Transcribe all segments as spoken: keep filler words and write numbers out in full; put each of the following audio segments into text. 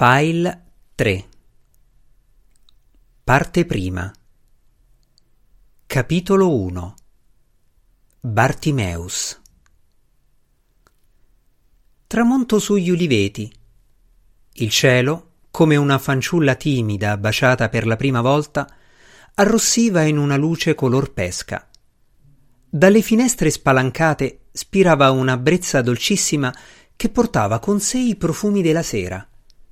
File tre. Parte prima. Capitolo uno. Bartimeus. Tramonto sugli uliveti. Il cielo, come una fanciulla timida baciata per la prima volta, arrossiva in una luce color pesca. Dalle finestre spalancate spirava una brezza dolcissima che portava con sé i profumi della sera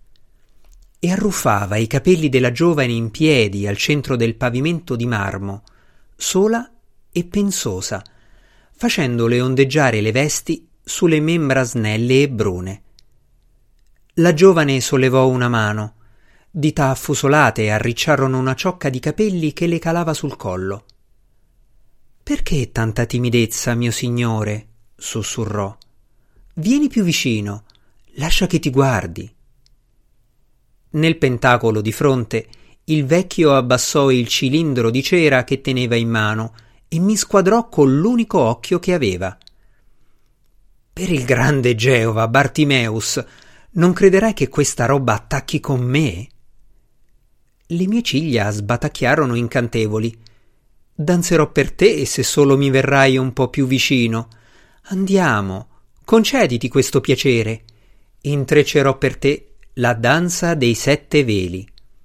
e arruffava i capelli della giovane in piedi al centro del pavimento di marmo, sola e pensosa, facendole ondeggiare le vesti sulle membra snelle e brune. La giovane sollevò una mano, dita affusolate arricciarono una ciocca di capelli che le calava sul collo. «Perché tanta timidezza, mio signore?» sussurrò. «Vieni più vicino, lascia che ti guardi». Nel pentacolo di fronte il vecchio abbassò il cilindro di cera che teneva in mano e mi squadrò con l'unico occhio che aveva. «Per il grande Geova, Bartimeus, non crederai che questa roba attacchi con me?» Le mie ciglia sbatacchiarono incantevoli. «Danzerò per te se solo mi verrai un po' più vicino. Andiamo, concediti questo piacere. Intreccerò per te la danza dei sette veli».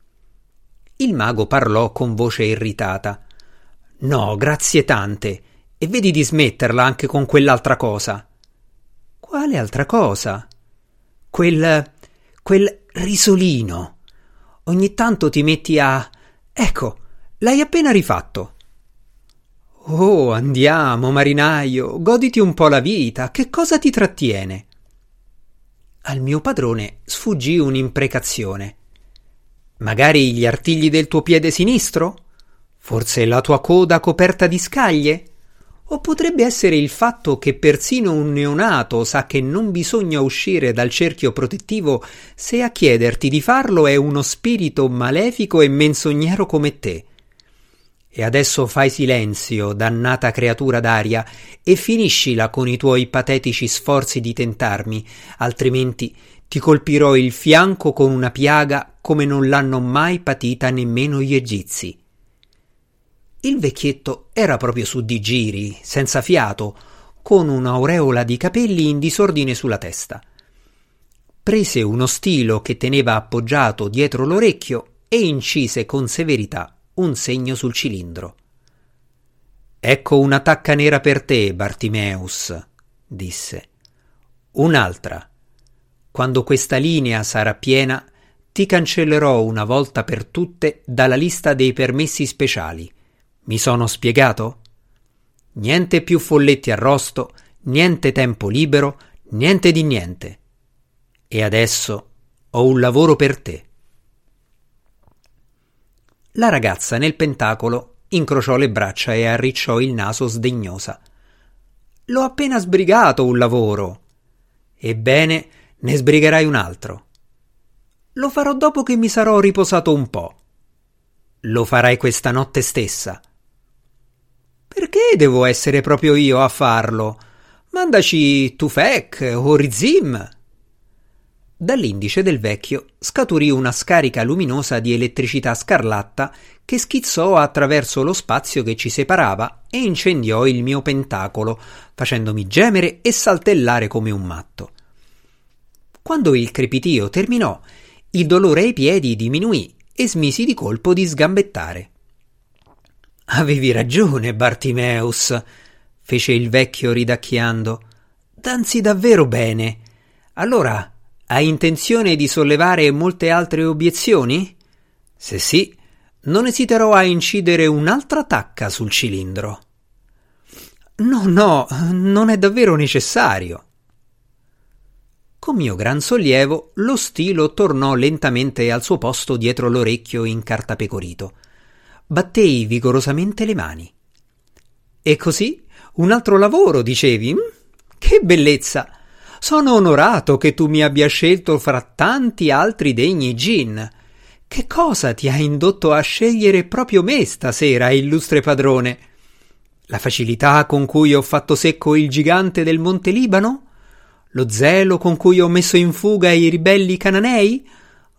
Il mago parlò con voce irritata. «No, grazie tante, e vedi di smetterla anche con quell'altra cosa». «Quale altra cosa?» «Quel... quel risolino. Ogni tanto ti metti a... Ecco, l'hai appena rifatto». «Oh, andiamo, marinaio, goditi un po' la vita, che cosa ti trattiene?» Al mio padrone sfuggì un'imprecazione. «Magari gli artigli del tuo piede sinistro? Forse la tua coda coperta di scaglie? O potrebbe essere il fatto che persino un neonato sa che non bisogna uscire dal cerchio protettivo se a chiederti di farlo è uno spirito malefico e menzognero come te? E adesso fai silenzio, dannata creatura d'aria, e finiscila con i tuoi patetici sforzi di tentarmi, altrimenti ti colpirò il fianco con una piaga come non l'hanno mai patita nemmeno gli egizi». Il vecchietto era proprio su di giri, senza fiato, con un'aureola di capelli in disordine sulla testa. Prese uno stilo che teneva appoggiato dietro l'orecchio e incise con severità un segno sul cilindro. «Ecco una tacca nera per te, Bartimeus», disse. «Un'altra. Quando questa linea sarà piena, ti cancellerò una volta per tutte dalla lista dei permessi speciali. Mi sono spiegato? Niente più folletti arrosto, niente tempo libero, niente di niente. E adesso ho un lavoro per te». La ragazza nel pentacolo incrociò le braccia e arricciò il naso sdegnosa. «L'ho appena sbrigato un lavoro». «Ebbene, ne sbrigherai un altro». «Lo farò dopo che mi sarò riposato un po». «Lo farai questa notte stessa». «Perché devo essere proprio io a farlo? Mandaci Tufek o Rizim». Dall'indice del vecchio scaturì una scarica luminosa di elettricità scarlatta che schizzò attraverso lo spazio che ci separava e incendiò il mio pentacolo, facendomi gemere e saltellare come un matto. Quando il crepitio terminò, il dolore ai piedi diminuì e smisi di colpo di sgambettare. «Avevi ragione, Bartimeus», fece il vecchio ridacchiando. «Danzi davvero bene. Allora, hai intenzione di sollevare molte altre obiezioni? Se sì, non esiterò a incidere un'altra tacca sul cilindro». «No, no, non è davvero necessario». Con mio gran sollievo, lo stilo tornò lentamente al suo posto dietro l'orecchio incartapecorito. Battei vigorosamente le mani. «E così? Un altro lavoro, dicevi? Che bellezza! Sono onorato che tu mi abbia scelto fra tanti altri degni djinn. Che cosa ti ha indotto a scegliere proprio me stasera, illustre padrone? La facilità con cui ho fatto secco il gigante del Monte Libano? Lo zelo con cui ho messo in fuga i ribelli cananei?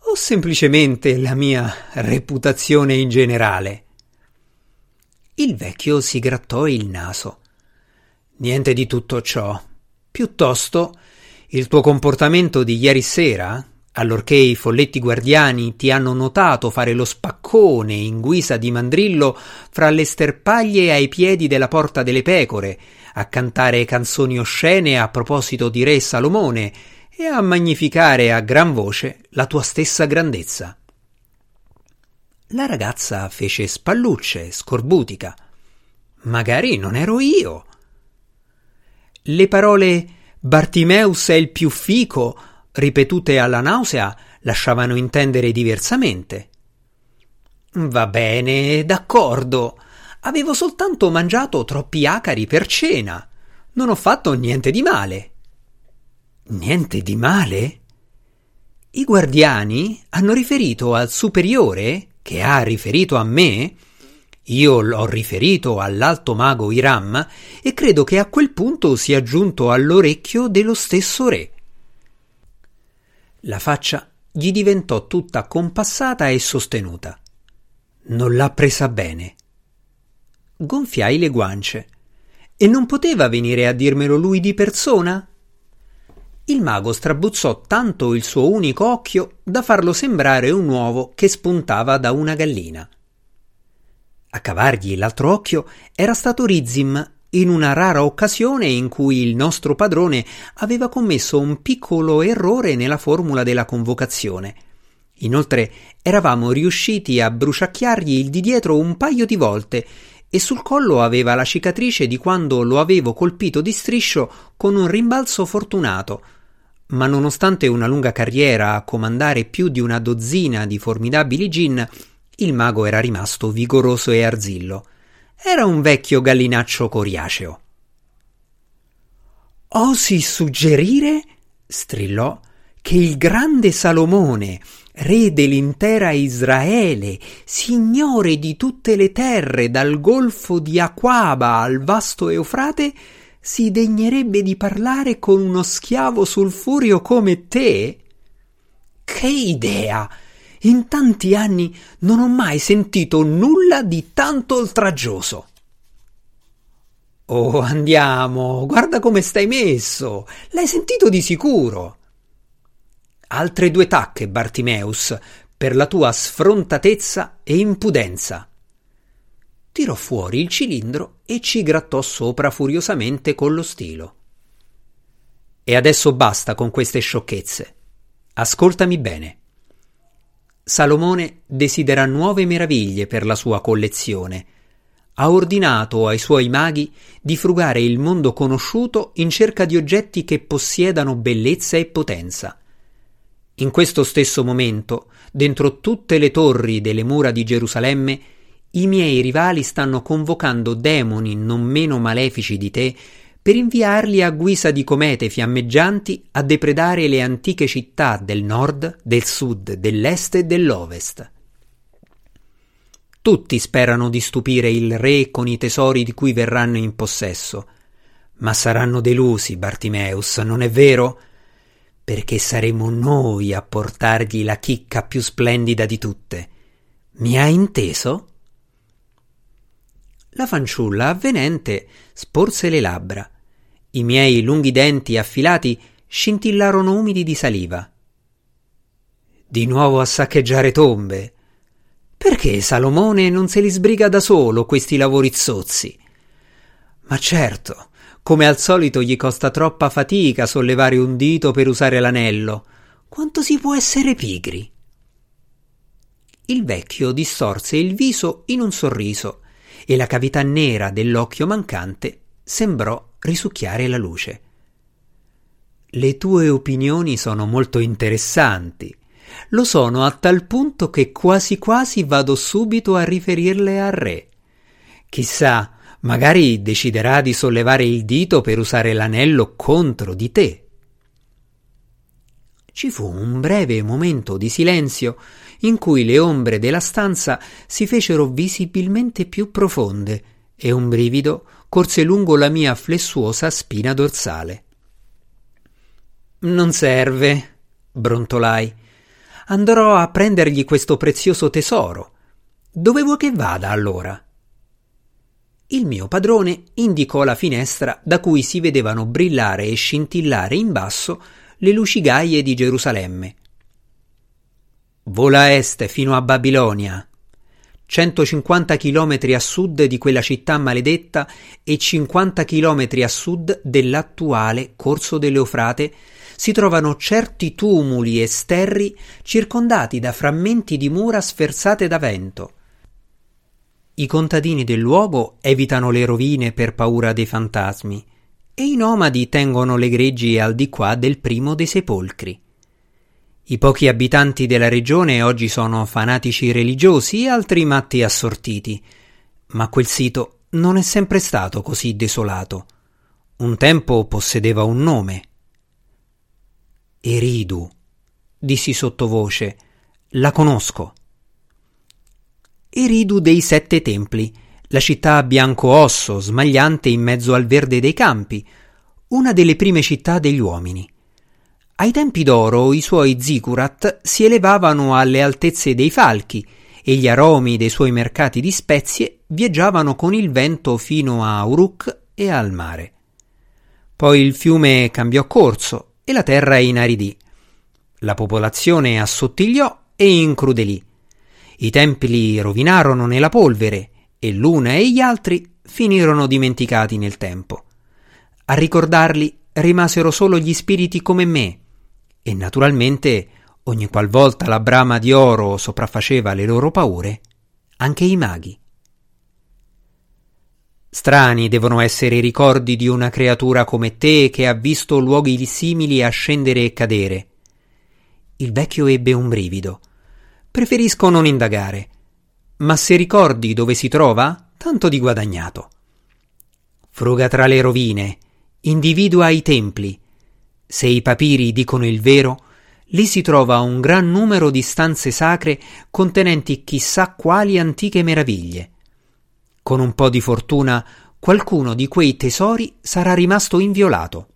o semplicemente la mia reputazione in generale? Il vecchio si grattò il naso. Niente di tutto ciò. Piuttosto, il tuo comportamento di ieri sera, allorché i folletti guardiani ti hanno notato fare lo spaccone in guisa di mandrillo fra le sterpaglie ai piedi della Porta delle Pecore, a cantare canzoni oscene a proposito di Re Salomone e a magnificare a gran voce la tua stessa grandezza. La ragazza fece spallucce, scorbutica. Magari non ero io. Le parole Bartimeus è il più fico, ripetute alla nausea, lasciavano intendere diversamente. Va bene, d'accordo. Avevo soltanto mangiato troppi acari per cena. Non ho fatto niente di male. Niente di male? I guardiani hanno riferito al superiore, che ha riferito a me. Io l'ho riferito all'alto mago Hiram e credo che a quel punto sia giunto all'orecchio dello stesso re. La faccia gli diventò tutta compassata e sostenuta. Non l'ha presa bene. Gonfiai le guance. E non poteva venire a dirmelo lui di persona? Il mago strabuzzò tanto il suo unico occhio da farlo sembrare un uovo che spuntava da una gallina. A cavargli l'altro occhio era stato Rizzim, in una rara occasione in cui il nostro padrone aveva commesso un piccolo errore nella formula della convocazione. Inoltre eravamo riusciti a bruciacchiargli il di dietro un paio di volte e sul collo aveva la cicatrice di quando lo avevo colpito di striscio con un rimbalzo fortunato. Ma nonostante una lunga carriera a comandare più di una dozzina di formidabili gin, il mago era rimasto vigoroso e arzillo. Era un vecchio gallinaccio coriaceo. «Osi suggerire», strillò, «che il grande Salomone, re dell'intera Israele, signore di tutte le terre dal golfo di Aquaba al vasto Eufrate, si degnerebbe di parlare con uno schiavo sulfureo come te? Che idea! In tanti anni non ho mai sentito nulla di tanto oltraggioso». «Oh, andiamo, guarda come stai messo, l'hai sentito di sicuro». «Altre due tacche, Bartimeus, per la tua sfrontatezza e impudenza». Tirò fuori il cilindro e ci grattò sopra furiosamente con lo stilo. «E adesso basta con queste sciocchezze. Ascoltami bene. Salomone desidera nuove meraviglie per la sua collezione. Ha ordinato ai suoi maghi di frugare il mondo conosciuto in cerca di oggetti che possiedano bellezza e potenza. In questo stesso momento, dentro tutte le torri delle mura di Gerusalemme, i miei rivali stanno convocando demoni non meno malefici di te per inviarli a guisa di comete fiammeggianti a depredare le antiche città del nord, del sud, dell'est e dell'ovest. Tutti sperano di stupire il re con i tesori di cui verranno in possesso, ma saranno delusi, Bartimeus, non è vero? Perché saremo noi a portargli la chicca più splendida di tutte. Mi hai inteso?» La fanciulla avvenente sporse le labbra. I miei lunghi denti affilati scintillarono umidi di saliva. «Di nuovo a saccheggiare tombe? Perché Salomone non se li sbriga da solo questi lavori zozzi? Ma certo, come al solito gli costa troppa fatica sollevare un dito per usare l'anello. Quanto si può essere pigri?» Il vecchio distorse il viso in un sorriso e la cavità nera dell'occhio mancante sembrò risucchiare la luce. «Le tue opinioni sono molto interessanti. Lo sono a tal punto che quasi quasi vado subito a riferirle al re. Chissà, magari deciderà di sollevare il dito per usare l'anello contro di te». Ci fu un breve momento di silenzio in cui le ombre della stanza si fecero visibilmente più profonde e un brivido corse lungo la mia flessuosa spina dorsale. «Non serve», brontolai. Andrò a prendergli questo prezioso tesoro. Dove vuoi che vada allora? Il mio padrone indicò la finestra da cui si vedevano brillare e scintillare in basso le lucigaie di Gerusalemme. Vola a est fino a Babilonia. centocinquanta chilometri a sud di quella città maledetta e cinquanta chilometri a sud dell'attuale corso dell'Eufrate si trovano certi tumuli e sterri circondati da frammenti di mura sferzate da vento. I contadini del luogo evitano le rovine per paura dei fantasmi e i nomadi tengono le greggi al di qua del primo dei sepolcri. I pochi abitanti della regione oggi sono fanatici religiosi e altri matti assortiti, ma quel sito non è sempre stato così desolato. Un tempo possedeva un nome. Eridu, dissi sottovoce, la conosco. Eridu dei Sette Templi, la città bianco-osso smagliante in mezzo al verde dei campi, una delle prime città degli uomini. Ai tempi d'oro i suoi zikurat si elevavano alle altezze dei falchi e gli aromi dei suoi mercati di spezie viaggiavano con il vento fino a Uruk e al mare. Poi il fiume cambiò corso e la terra inaridì. La popolazione assottigliò e incrudelì. I templi rovinarono nella polvere e l'una e gli altri finirono dimenticati nel tempo. A ricordarli rimasero solo gli spiriti come me, e naturalmente, ogni qualvolta la brama di oro sopraffaceva le loro paure, anche i maghi. Strani devono essere i ricordi di una creatura come te che ha visto luoghi simili ascendere e cadere. Il vecchio ebbe un brivido. Preferisco non indagare, ma se ricordi dove si trova, tanto di guadagnato. Fruga tra le rovine, individua i templi. Se i papiri dicono il vero, lì si trova un gran numero di stanze sacre contenenti chissà quali antiche meraviglie. Con un po' di fortuna, qualcuno di quei tesori sarà rimasto inviolato.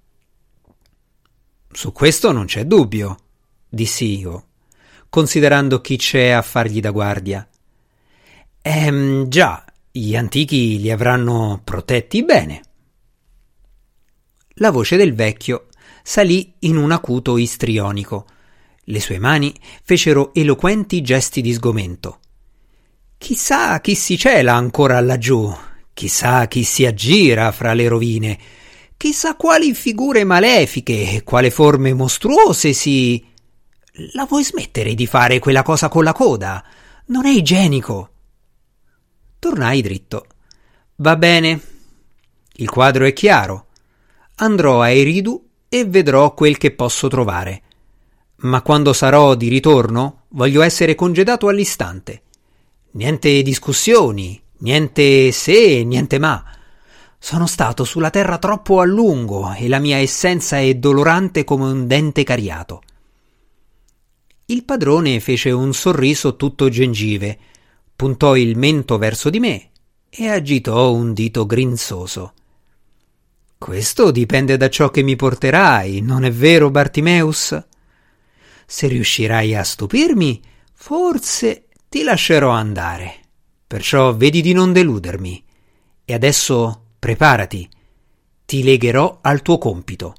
Su questo non c'è dubbio, dissi io, considerando chi c'è a fargli da guardia. Ehm, già, gli antichi li avranno protetti bene. La voce del vecchio salì in un acuto istrionico. Le sue mani fecero eloquenti gesti di sgomento. Chissà chi si cela ancora laggiù, chissà chi si aggira fra le rovine, chissà quali figure malefiche e quale forme mostruose si... La vuoi smettere di fare quella cosa con la coda? Non è igienico. Tornai dritto. Va bene. Il quadro è chiaro. Andrò a Eridu e vedrò quel che posso trovare. Ma quando sarò di ritorno voglio essere congedato all'istante. Niente discussioni, niente se, niente ma. Sono stato sulla terra troppo a lungo e la mia essenza è dolorante come un dente cariato. Il padrone fece un sorriso tutto gengive, puntò il mento verso di me e agitò un dito grinzoso. Questo dipende da ciò che mi porterai, non è vero, Bartimeus? Se riuscirai a stupirmi, forse ti lascerò andare. Perciò vedi di non deludermi. E adesso preparati. Ti legherò al tuo compito.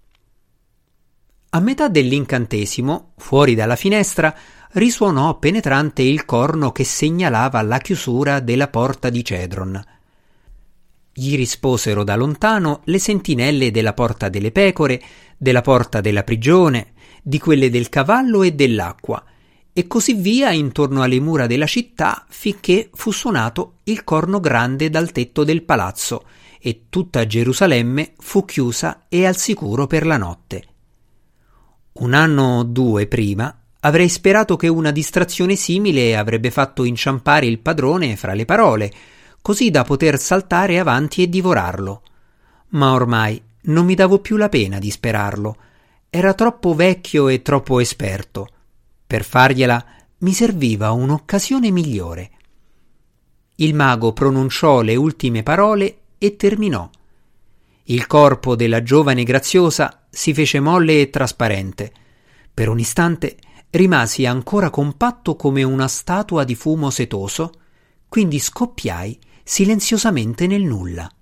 A metà dell'incantesimo, fuori dalla finestra, risuonò penetrante il corno che segnalava la chiusura della porta di Cedron. Gli risposero da lontano le sentinelle della porta delle pecore, della porta della prigione, di quelle del cavallo e dell'acqua, e così via intorno alle mura della città finché fu suonato il corno grande dal tetto del palazzo e tutta Gerusalemme fu chiusa e al sicuro per la notte. Un anno o due prima avrei sperato che una distrazione simile avrebbe fatto inciampare il padrone fra le parole, così da poter saltare avanti e divorarlo. Ma ormai non mi davo più la pena di sperarlo. Era troppo vecchio e troppo esperto. Per fargliela mi serviva un'occasione migliore. Il mago pronunciò le ultime parole e terminò. Il corpo della giovane graziosa si fece molle e trasparente. Per un istante rimasi ancora compatto come una statua di fumo setoso, quindi scoppiai silenziosamente nel nulla.